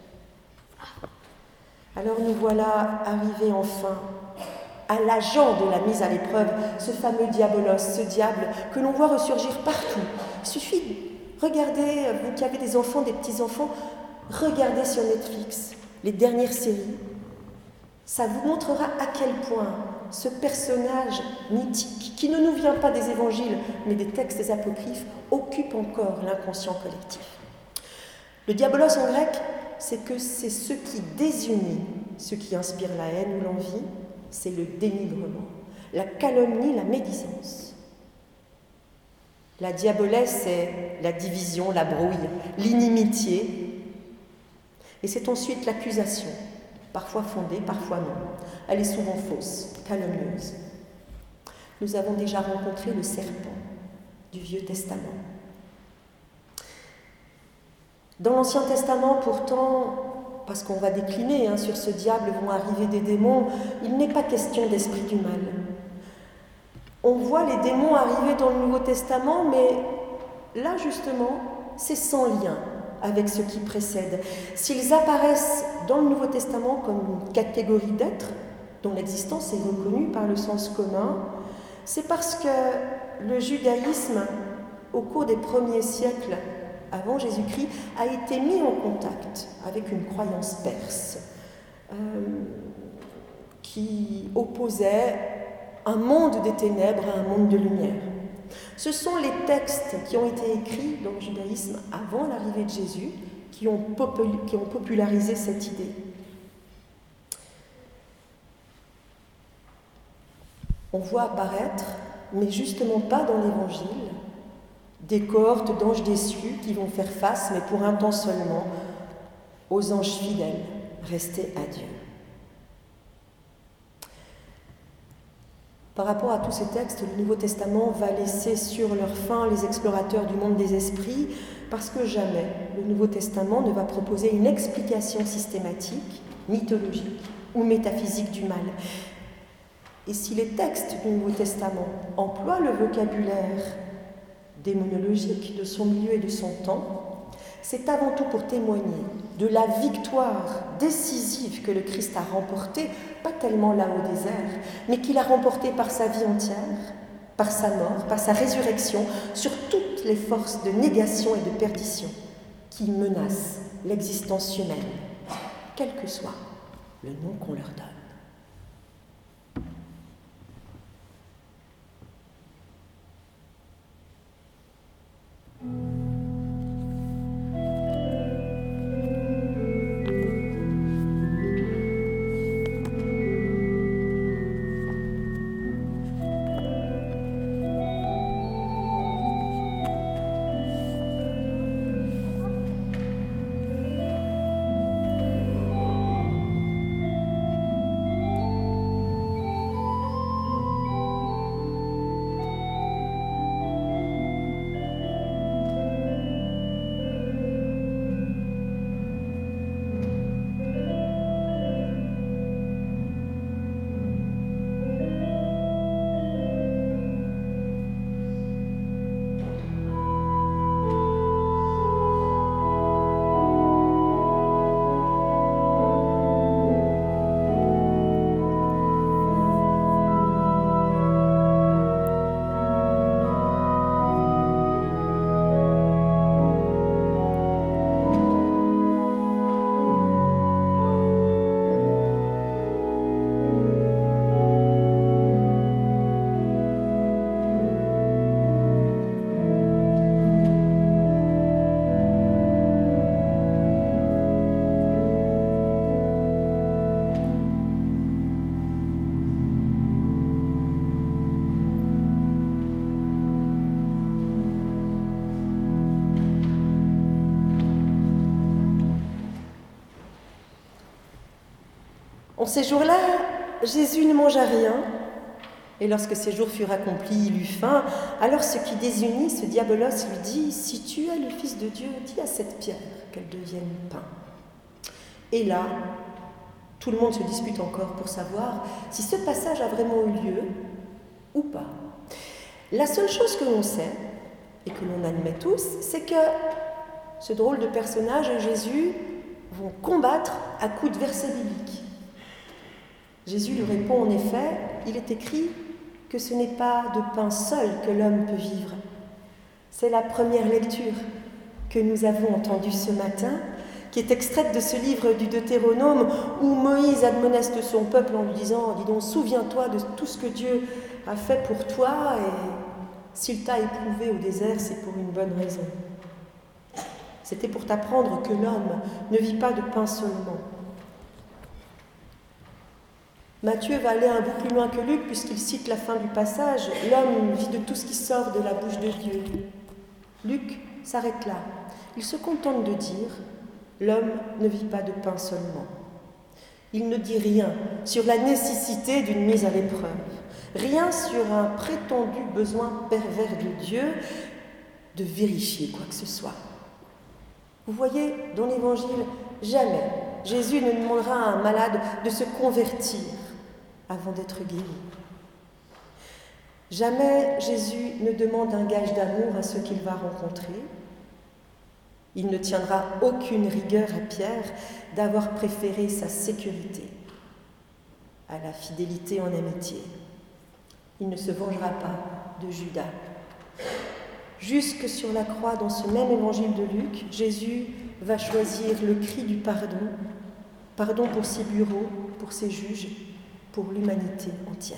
Alors nous voilà arrivés enfin à l'agent de la mise à l'épreuve, ce fameux diabolos, ce diable que l'on voit ressurgir partout. Il suffit, regardez, vous qui avez des enfants, des petits-enfants, regardez sur Netflix les dernières séries. Ça vous montrera à quel point ce personnage mythique, qui ne nous vient pas des évangiles, mais des textes apocryphes, occupe encore l'inconscient collectif. Le diabolos en grec, c'est que c'est ce qui désunit, ce qui inspire la haine ou l'envie, c'est le dénigrement, la calomnie, la médisance. La diabolesse, c'est la division, la brouille, l'inimitié. Et c'est ensuite l'accusation, parfois fondée, parfois non. Elle est souvent fausse, calomnieuse. Nous avons déjà rencontré le serpent du Vieux Testament. Dans l'Ancien Testament, pourtant, parce qu'on va décliner, hein, sur ce diable vont arriver des démons, il n'est pas question d'esprit du mal. On voit les démons arriver dans le Nouveau Testament, mais là, justement, c'est sans lien avec ce qui précède. S'ils apparaissent dans le Nouveau Testament comme une catégorie d'êtres dont l'existence est reconnue par le sens commun, c'est parce que le judaïsme, au cours des premiers siècles avant Jésus-Christ, a été mis en contact avec une croyance perse euh, qui opposait un monde des ténèbres à un monde de lumière. Ce sont les textes qui ont été écrits dans le judaïsme avant l'arrivée de Jésus qui ont, popul- qui ont popularisé cette idée. On voit apparaître, mais justement pas dans l'Évangile, des cohortes d'anges déçus qui vont faire face, mais pour un temps seulement, aux anges fidèles restés à Dieu. Par rapport à tous ces textes, le Nouveau Testament va laisser sur leur fin les explorateurs du monde des esprits, parce que jamais le Nouveau Testament ne va proposer une explication systématique, mythologique ou métaphysique du mal. Et si les textes du Nouveau Testament emploient le vocabulaire démonologique de son milieu et de son temps, c'est avant tout pour témoigner de la victoire décisive que le Christ a remportée, pas tellement là au désert, mais qu'il a remportée par sa vie entière, par sa mort, par sa résurrection, sur toutes les forces de négation et de perdition qui menacent l'existence humaine, quel que soit le nom qu'on leur donne. En ces jours-là, Jésus ne mangea rien, et lorsque ces jours furent accomplis, il eut faim. Alors ce qui désunit, ce diabolos, lui dit « Si tu es le Fils de Dieu, dis à cette pierre qu'elle devienne pain. » Et là, tout le monde se dispute encore pour savoir si ce passage a vraiment eu lieu ou pas. La seule chose que l'on sait, et que l'on admet tous, c'est que ce drôle de personnage et Jésus vont combattre à coups de versets bibliques. Jésus lui répond en effet, il est écrit que ce n'est pas de pain seul que l'homme peut vivre. C'est la première lecture que nous avons entendue ce matin, qui est extraite de ce livre du Deutéronome où Moïse admoneste son peuple en lui disant « Dis donc, souviens-toi de tout ce que Dieu a fait pour toi et s'il t'a éprouvé au désert, c'est pour une bonne raison. » C'était pour t'apprendre que l'homme ne vit pas de pain seulement. Matthieu va aller un bout plus loin que Luc puisqu'il cite la fin du passage. L'homme vit de tout ce qui sort de la bouche de Dieu. Luc s'arrête là. Il se contente de dire « L'homme ne vit pas de pain seulement ». Il ne dit rien sur la nécessité d'une mise à l'épreuve, rien sur un prétendu besoin pervers de Dieu de vérifier quoi que ce soit. Vous voyez, dans l'Évangile, jamais Jésus ne demandera à un malade de se convertir avant d'être guéri. Jamais Jésus ne demande un gage d'amour à ceux qu'il va rencontrer. Il ne tiendra aucune rigueur à Pierre d'avoir préféré sa sécurité à la fidélité en amitié. Il ne se vengera pas de Judas. Jusque sur la croix, dans ce même évangile de Luc, Jésus va choisir le cri du pardon, pardon pour ses bureaux, pour ses juges, pour l'humanité entière.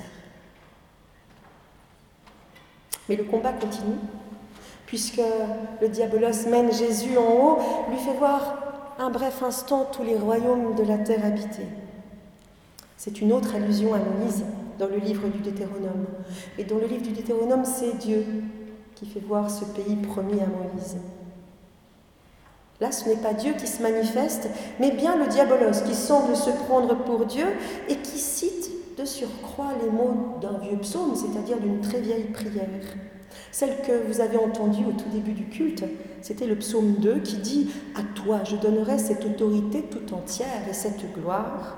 Mais le combat continue, puisque le diabolos mène Jésus en haut, lui fait voir un bref instant tous les royaumes de la terre habités. C'est une autre allusion à Moïse dans le livre du Deutéronome. Et dans le livre du Deutéronome, c'est Dieu qui fait voir ce pays promis à Moïse. Là, ce n'est pas Dieu qui se manifeste, mais bien le diabolos qui semble se prendre pour Dieu et qui cite de surcroît les mots d'un vieux psaume, c'est-à-dire d'une très vieille prière. Celle que vous avez entendue au tout début du culte, c'était le psaume deux qui dit « À toi, je donnerai cette autorité tout entière et cette gloire.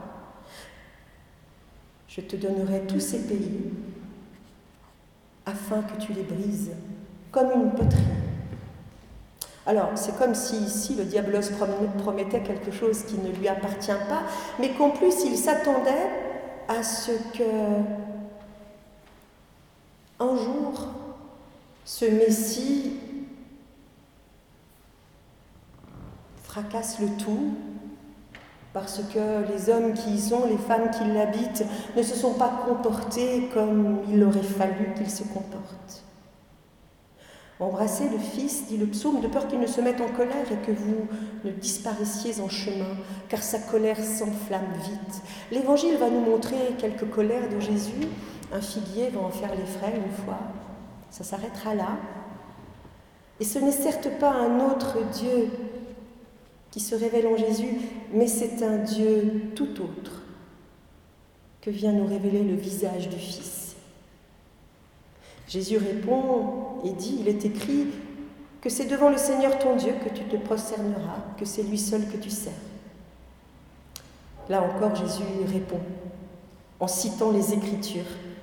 Je te donnerai tous ces pays afin que tu les brises comme une poterie. » Alors, c'est comme si ici le diabolos promettait quelque chose qui ne lui appartient pas, mais qu'en plus il s'attendait à ce que un jour ce Messie fracasse le tout, parce que les hommes qui y sont, les femmes qui l'habitent, ne se sont pas comportés comme il aurait fallu qu'ils se comportent. Embrassez le Fils, dit le psaume, de peur qu'il ne se mette en colère et que vous ne disparaissiez en chemin, car sa colère s'enflamme vite. L'Évangile va nous montrer quelques colères de Jésus. Un figuier va en faire les frais une fois. Ça s'arrêtera là. Et ce n'est certes pas un autre Dieu qui se révèle en Jésus, mais c'est un Dieu tout autre que vient nous révéler le visage du Fils. Jésus répond et dit, il est écrit que c'est devant le Seigneur ton Dieu que tu te prosterneras, que c'est lui seul que tu sers. Là encore, Jésus répond en citant les Écritures.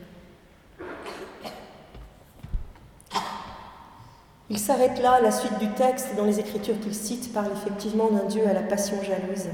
Il s'arrête là, la suite du texte dans les Écritures qu'il cite parle effectivement d'un Dieu à la passion jalouse.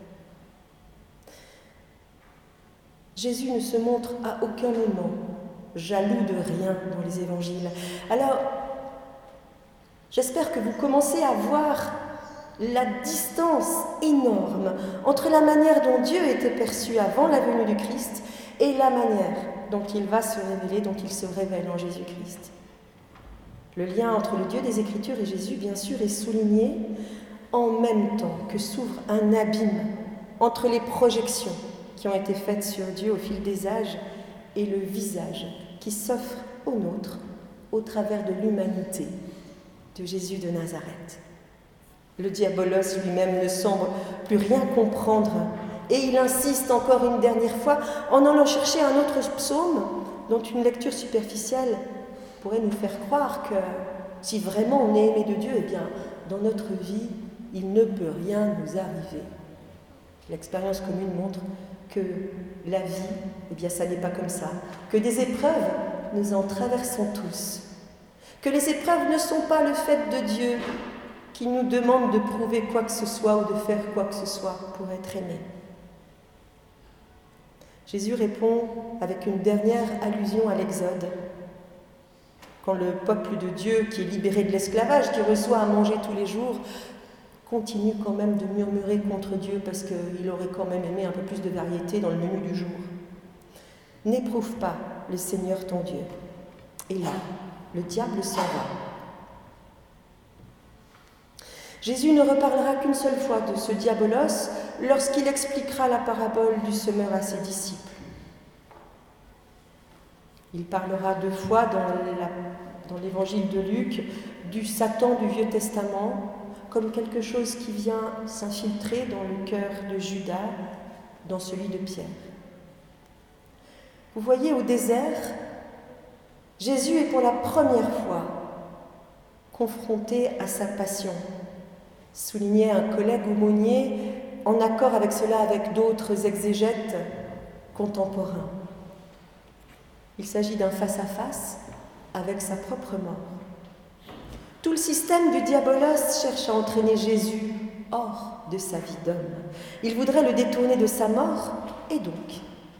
Jésus ne se montre à aucun moment jaloux de rien dans les évangiles. Alors, j'espère que vous commencez à voir la distance énorme entre la manière dont Dieu était perçu avant la venue du Christ et la manière dont il va se révéler, dont il se révèle en Jésus-Christ. Le lien entre le Dieu des Écritures et Jésus, bien sûr, est souligné en même temps que s'ouvre un abîme entre les projections qui ont été faites sur Dieu au fil des âges et le visage qui s'offre au nôtre au travers de l'humanité de Jésus de Nazareth. Le diabolos lui-même ne semble plus rien comprendre Et il insiste encore une dernière fois en allant chercher un autre psaume dont une lecture superficielle pourrait nous faire croire que si vraiment on est aimé de Dieu, eh bien, dans notre vie, il ne peut rien nous arriver. L'expérience commune montre que la vie, eh bien, ça n'est pas comme ça, que des épreuves, nous en traversons tous, que les épreuves ne sont pas le fait de Dieu qui nous demande de prouver quoi que ce soit ou de faire quoi que ce soit pour être aimé. Jésus répond avec une dernière allusion à l'Exode. Quand le peuple de Dieu, qui est libéré de l'esclavage, qui reçoit à manger tous les jours, continue quand même de murmurer contre Dieu parce qu'il aurait quand même aimé un peu plus de variété dans le menu du jour. N'éprouve pas le Seigneur ton Dieu. Et là, le diable s'en va. Jésus ne reparlera qu'une seule fois de ce diabolos lorsqu'il expliquera la parabole du semeur à ses disciples. Il parlera deux fois dans, la, dans l'évangile de Luc du Satan du Vieux Testament comme quelque chose qui vient s'infiltrer dans le cœur de Judas, dans celui de Pierre. Vous voyez, au désert, Jésus est pour la première fois confronté à sa passion. Soulignait un collègue aumônier, en accord avec cela avec d'autres exégètes contemporains. Il s'agit d'un face-à-face avec sa propre mort. Tout le système du diabolos cherche à entraîner Jésus hors de sa vie d'homme. Il voudrait le détourner de sa mort et donc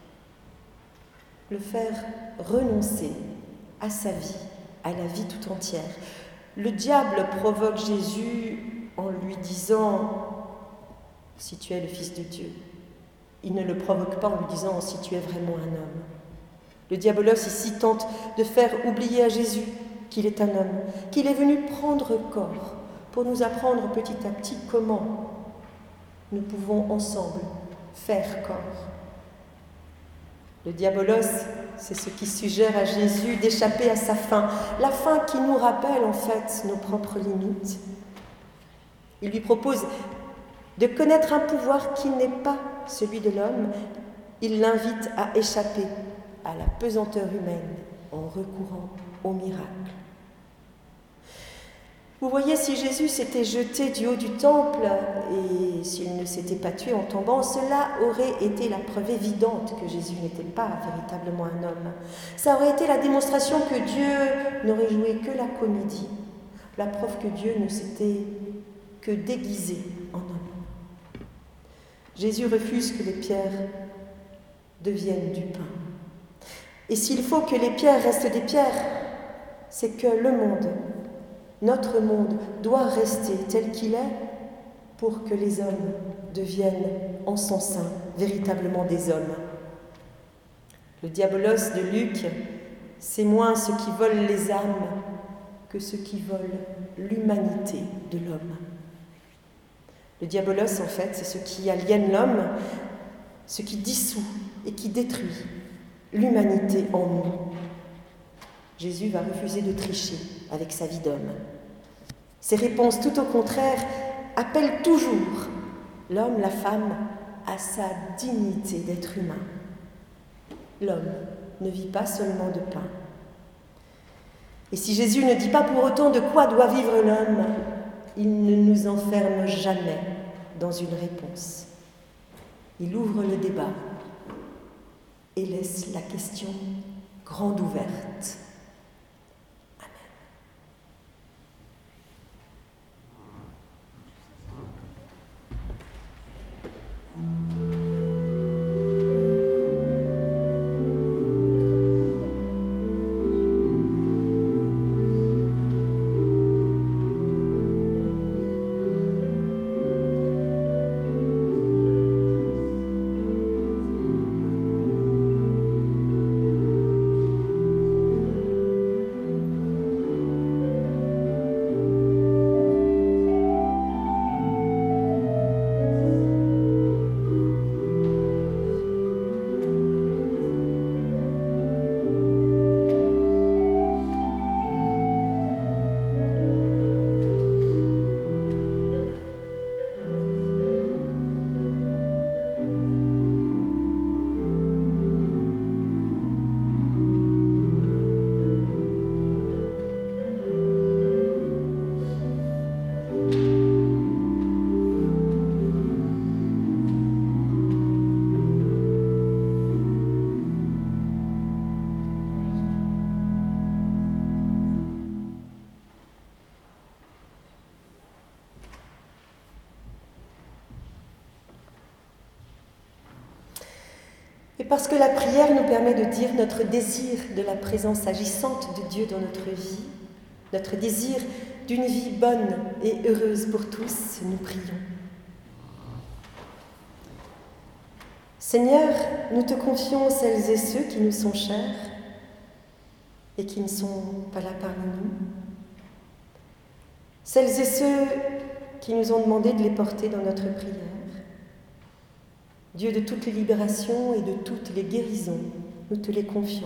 le faire renoncer à sa vie, à la vie tout entière. Le diable provoque Jésus en lui disant « Si tu es le Fils de Dieu ». Il ne le provoque pas en lui disant « Si tu es vraiment un homme ». Le diabolos ici tente de faire oublier à Jésus qu'il est un homme, qu'il est venu prendre corps pour nous apprendre petit à petit comment nous pouvons ensemble faire corps. Le diabolos, c'est ce qui suggère à Jésus d'échapper à sa faim, la faim qui nous rappelle en fait nos propres limites. Il lui propose de connaître un pouvoir qui n'est pas celui de l'homme. Il l'invite à échapper à la pesanteur humaine en recourant au miracle. Vous voyez, si Jésus s'était jeté du haut du temple et s'il ne s'était pas tué en tombant, cela aurait été la preuve évidente que Jésus n'était pas véritablement un homme. Ça aurait été la démonstration que Dieu n'aurait joué que la comédie, la preuve que Dieu ne s'était que déguisé en homme. Jésus refuse que les pierres deviennent du pain. Et s'il faut que les pierres restent des pierres, c'est que le monde, notre monde, doit rester tel qu'il est pour que les hommes deviennent en son sein véritablement des hommes. Le diabolos de Luc, c'est moins ce qui vole les âmes que ce qui vole l'humanité de l'homme. Le diabolos, en fait, c'est ce qui aliène l'homme, ce qui dissout et qui détruit l'humanité en nous. Jésus va refuser de tricher avec sa vie d'homme. Ses réponses, tout au contraire, appellent toujours l'homme, la femme, à sa dignité d'être humain. L'homme ne vit pas seulement de pain. Et si Jésus ne dit pas pour autant de quoi doit vivre l'homme, il ne nous enferme jamais dans une réponse. Il ouvre le débat et laisse la question grande ouverte. et parce que la prière nous permet de dire notre désir de la présence agissante de Dieu dans notre vie, notre désir d'une vie bonne et heureuse pour tous, nous prions. Seigneur, nous te confions celles et ceux qui nous sont chers et qui ne sont pas là parmi nous. Celles et ceux qui nous ont demandé de les porter dans notre prière. Dieu de toutes les libérations et de toutes les guérisons, nous te les confions.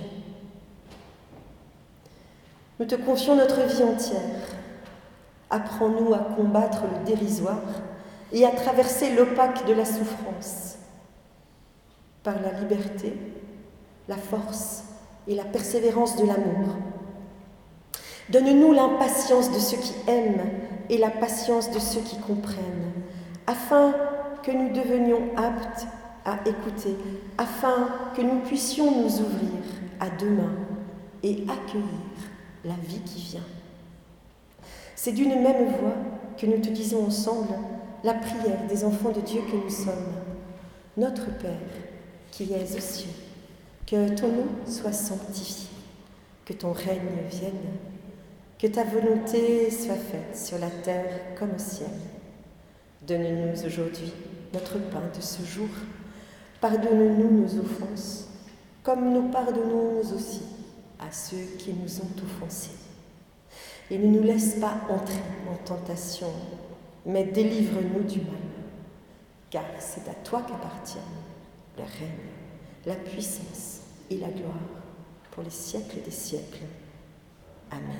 Nous te confions notre vie entière. Apprends-nous à combattre le dérisoire et à traverser l'opaque de la souffrance par la liberté, la force et la persévérance de l'amour. Donne-nous l'impatience de ceux qui aiment et la patience de ceux qui comprennent, afin que nous devenions aptes à écouter, afin que nous puissions nous ouvrir à demain et accueillir la vie qui vient. C'est d'une même voix que nous te disons ensemble la prière des enfants de Dieu que nous sommes. Notre Père, qui es aux cieux, que ton nom soit sanctifié, que ton règne vienne, que ta volonté soit faite sur la terre comme au ciel. Donne-nous aujourd'hui notre pain de ce jour. Pardonne-nous nos offenses, comme nous pardonnons aussi à ceux qui nous ont offensés. Et ne nous laisse pas entrer en tentation, mais délivre-nous du mal. Car c'est à toi qu'appartiennent le règne, la puissance et la gloire pour les siècles des siècles. Amen.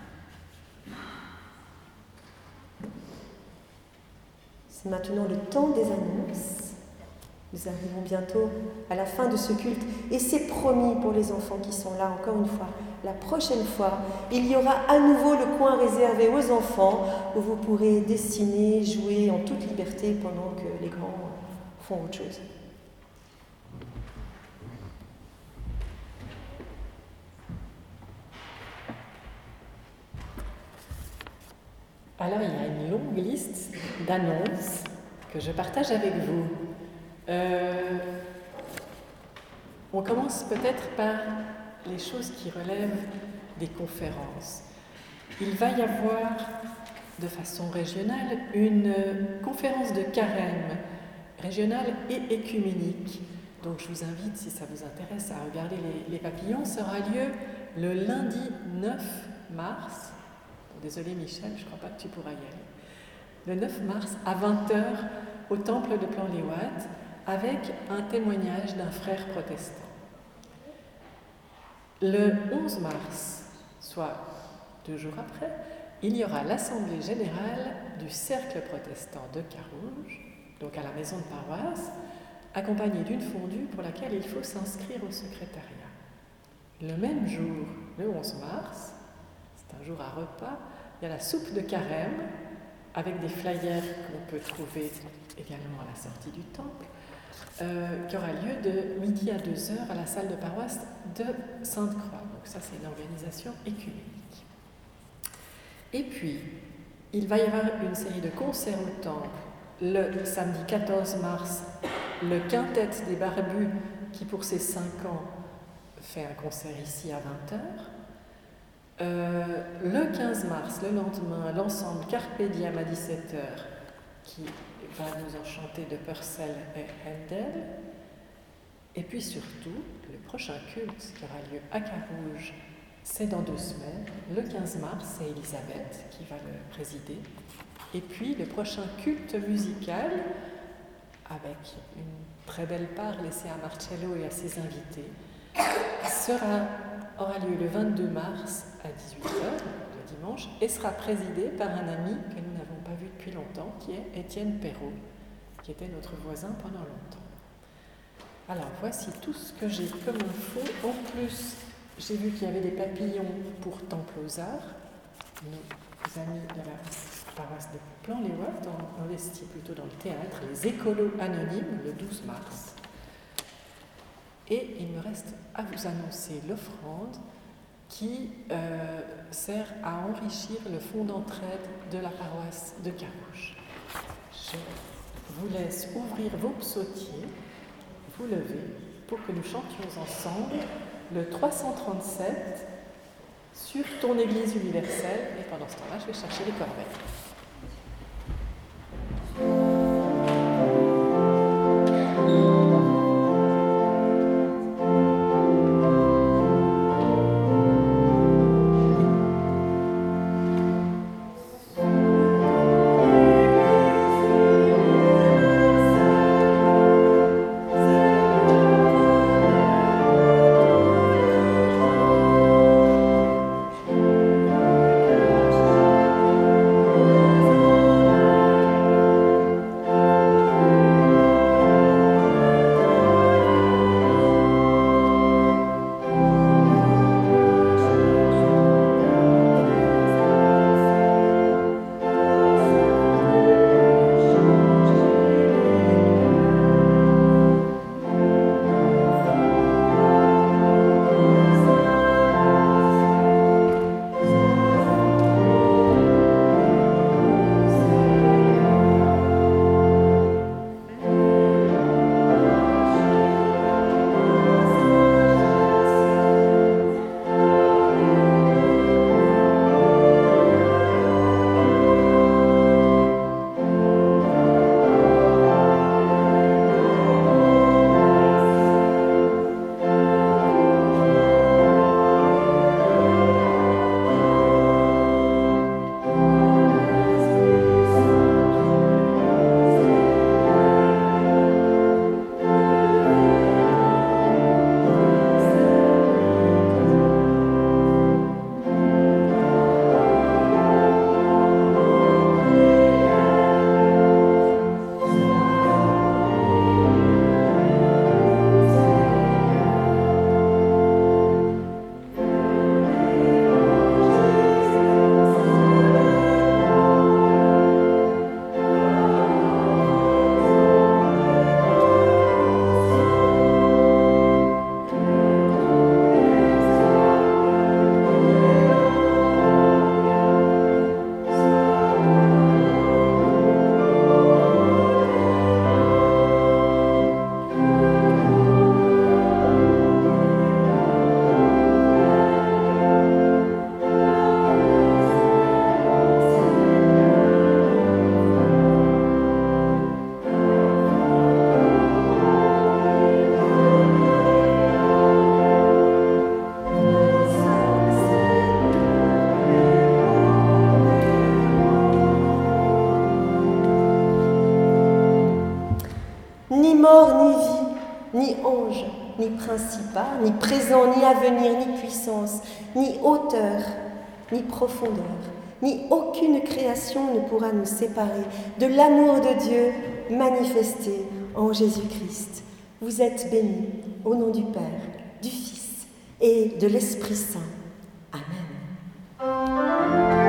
C'est maintenant le temps des annonces. Nous arrivons bientôt à la fin de ce culte et c'est promis pour les enfants qui sont là, encore une fois. La prochaine fois, il y aura à nouveau le coin réservé aux enfants où vous pourrez dessiner, jouer en toute liberté pendant que les grands font autre chose. Alors, il y a une longue liste d'annonces que je partage avec vous. Euh, on commence peut-être par les choses qui relèvent des conférences. Il va y avoir, de façon régionale, une conférence de carême régionale et écuménique. Donc, je vous invite, si ça vous intéresse, à regarder les, les papillons. Ça aura lieu le lundi neuf mars. Désolée Michel, je ne crois pas que tu pourras y aller. Le neuf mars à vingt heures au temple de Plan-les-Ouates avec un témoignage d'un frère protestant. Le onze mars, soit deux jours après, il y aura l'assemblée générale du cercle protestant de Carouge, donc à la maison de paroisse, accompagnée d'une fondue pour laquelle il faut s'inscrire au secrétariat. Le même jour, le onze mars, c'est un jour à repas, il y a la soupe de carême avec des flyers qu'on peut trouver également à la sortie du temple, euh, qui aura lieu de midi à deux heures à la salle de paroisse de Sainte-Croix. Donc ça, c'est une organisation écuménique. Et puis, il va y avoir une série de concerts au temple le samedi quatorze mars, le quintet des Barbus qui, pour ses cinq ans, fait un concert ici à vingt heures. Euh, le quinze mars, le lendemain, l'ensemble Carpe Diem à dix-sept heures qui va nous enchanter de Purcell et Handel. Et puis surtout, le prochain culte qui aura lieu à Carouge, c'est dans deux semaines. Le quinze mars, c'est Elisabeth qui va le présider. Et puis le prochain culte musical, avec une très belle part laissée à Marcello et à ses invités, sera, aura lieu le vingt-deux mars à dix-huit heures, le dimanche, et sera présidé par un ami que nous n'avons pas vu depuis longtemps, qui est Étienne Perrault, qui était notre voisin pendant longtemps. Alors voici tout ce que j'ai comme info. En plus, j'ai vu qu'il y avait des papillons pour Temple aux Arts. Nos amis de la paroisse de Plan-les-Ouates ont investi plutôt dans le théâtre, les écolos anonymes, le douze mars. Et il me reste à vous annoncer l'offrande qui euh, sert à enrichir le fonds d'entraide de la paroisse de Carouge. Je vous laisse ouvrir vos psautiers, vous lever pour que nous chantions ensemble le trois cent trente-sept sur ton Église universelle. Et pendant ce temps-là, je vais chercher les corbeilles. ni ange, ni principat, ni présent, ni avenir, ni puissance, ni hauteur, ni profondeur, ni aucune création ne pourra nous séparer de l'amour de Dieu manifesté en Jésus-Christ. Vous êtes bénis au nom du Père, du Fils et de l'Esprit Saint. Amen.